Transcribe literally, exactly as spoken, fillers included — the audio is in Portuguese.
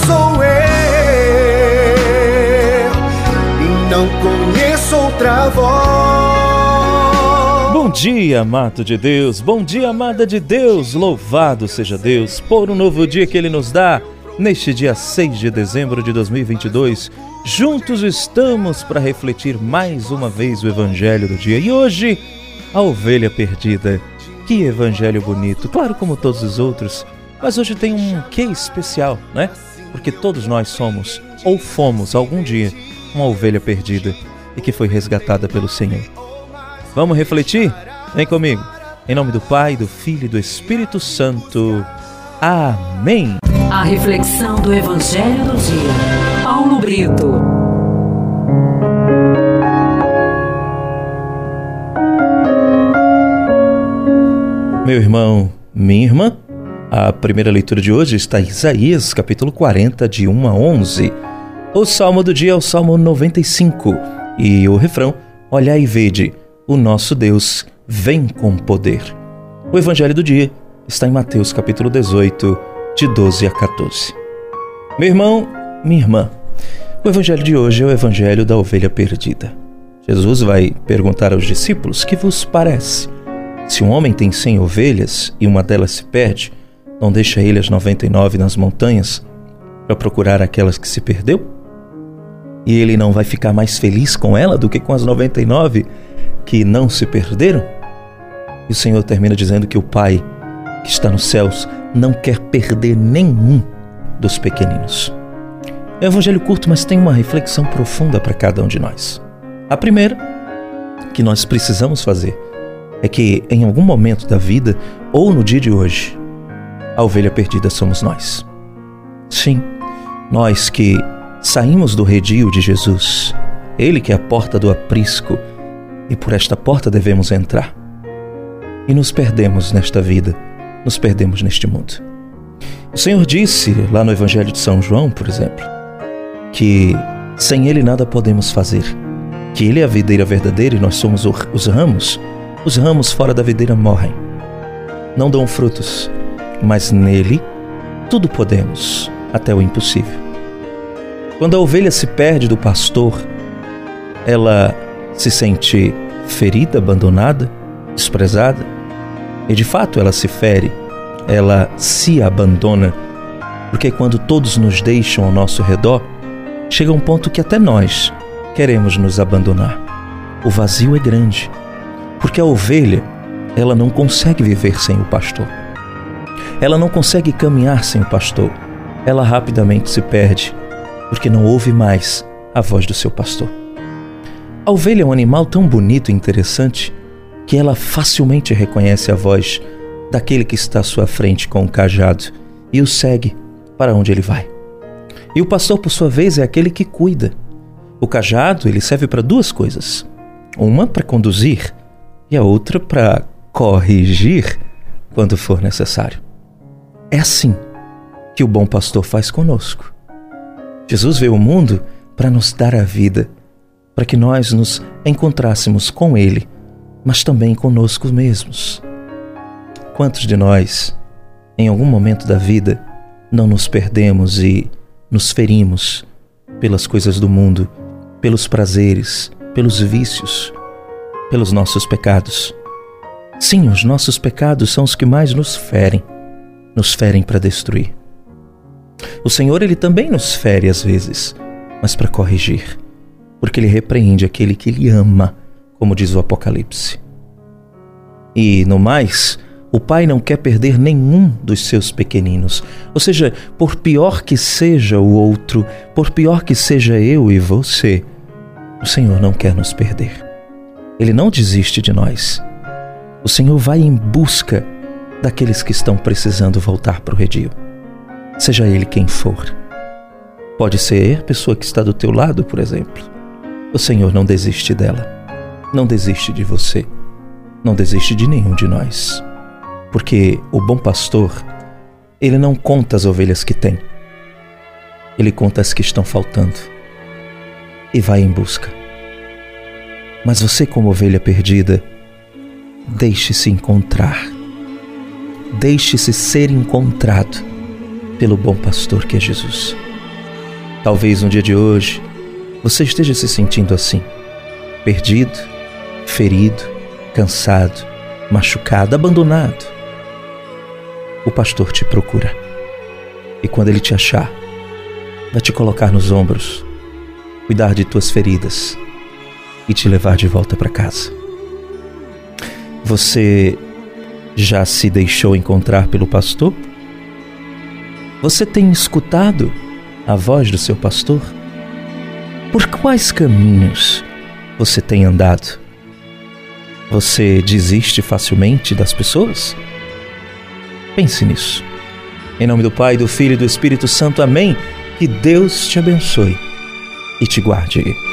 sou eu e não conheço outra voz. Bom dia, amado de Deus, bom dia, amada de Deus, louvado seja Deus por um novo dia que Ele nos dá. Neste dia seis de dezembro de dois mil e vinte e dois, juntos estamos para refletir mais uma vez o Evangelho do dia. E hoje, a ovelha perdida. Que evangelho bonito, claro, como todos os outros, mas hoje tem um quê especial, né? Porque todos nós somos, ou fomos algum dia, uma ovelha perdida e que foi resgatada pelo Senhor. Vamos refletir? Vem comigo. Em nome do Pai, do Filho e do Espírito Santo. Amém. A reflexão do Evangelho do dia. Paulo Brito. Meu irmão, minha irmã, a primeira leitura de hoje está em Isaías, capítulo quarenta, de um a onze. O salmo do dia é o Salmo noventa e cinco e o refrão: olhai e vede, o nosso Deus vem com poder. O Evangelho do dia está em Mateus, capítulo dezoito, de doze a quatorze. Meu irmão, minha irmã, o Evangelho de hoje é o Evangelho da ovelha perdida. Jesus vai perguntar aos discípulos: que vos parece? Se um homem tem cem ovelhas e uma delas se perde, não deixa ele as noventa e nove nas montanhas para procurar aquelas que se perdeu? E ele não vai ficar mais feliz com ela do que com as noventa e nove que não se perderam? E o Senhor termina dizendo que o Pai que está nos céus não quer perder nenhum dos pequeninos. É um evangelho curto, mas tem uma reflexão profunda para cada um de nós. A primeira que nós precisamos fazer é que em algum momento da vida, ou no dia de hoje, a ovelha perdida somos nós. Sim, nós que saímos do redil de Jesus, Ele que é a porta do aprisco, e por esta porta devemos entrar. E nos perdemos nesta vida, nos perdemos neste mundo. O Senhor disse lá no Evangelho de São João, por exemplo, que sem Ele nada podemos fazer, que Ele é a videira verdadeira e nós somos os ramos. Os ramos fora da videira morrem, não dão frutos, mas nele tudo podemos, até o impossível. Quando a ovelha se perde do pastor, ela se sente ferida, abandonada, desprezada, e de fato ela se fere, ela se abandona, porque quando todos nos deixam ao nosso redor, chega um ponto que até nós queremos nos abandonar. O vazio é grande, porque a ovelha, ela não consegue viver sem o pastor. Ela não consegue caminhar sem o pastor. Ela rapidamente se perde, porque não ouve mais a voz do seu pastor. A ovelha é um animal tão bonito e interessante que ela facilmente reconhece a voz daquele que está à sua frente com o cajado e o segue para onde ele vai. E o pastor, por sua vez, é aquele que cuida. O cajado, ele serve para duas coisas. Uma para conduzir e a outra para corrigir quando for necessário. É assim que o bom pastor faz conosco. Jesus veio ao mundo para nos dar a vida, para que nós nos encontrássemos com Ele, mas também conosco mesmos. Quantos de nós, em algum momento da vida, não nos perdemos e nos ferimos pelas coisas do mundo, pelos prazeres, pelos vícios, pelos nossos pecados? Sim, os nossos pecados são os que mais nos ferem, nos ferem para destruir. O Senhor, Ele também nos fere às vezes, mas para corrigir, porque Ele repreende aquele que Ele ama, como diz o Apocalipse. E, no mais, o Pai não quer perder nenhum dos seus pequeninos. Ou seja, por pior que seja o outro, por pior que seja eu e você, o Senhor não quer nos perder. Ele não desiste de nós. O Senhor vai em busca daqueles que estão precisando voltar para o redil. Seja ele quem for. Pode ser a pessoa que está do teu lado, por exemplo. O Senhor não desiste dela. Não desiste de você. Não desiste de nenhum de nós. Porque o bom pastor, ele não conta as ovelhas que tem. Ele conta as que estão faltando. E vai em busca. Mas você, como ovelha perdida, deixe-se encontrar. Deixe-se ser encontrado pelo bom pastor que é Jesus. Talvez no dia de hoje você esteja se sentindo assim, perdido, ferido, cansado, machucado, abandonado. O pastor te procura e quando ele te achar, vai te colocar nos ombros, cuidar de tuas feridas e te levar de volta para casa. Você já se deixou encontrar pelo pastor? Você tem escutado a voz do seu pastor? Por quais caminhos você tem andado? Você desiste facilmente das pessoas? Pense nisso. Em nome do Pai, do Filho e do Espírito Santo. Amém. Que Deus te abençoe e te guarde.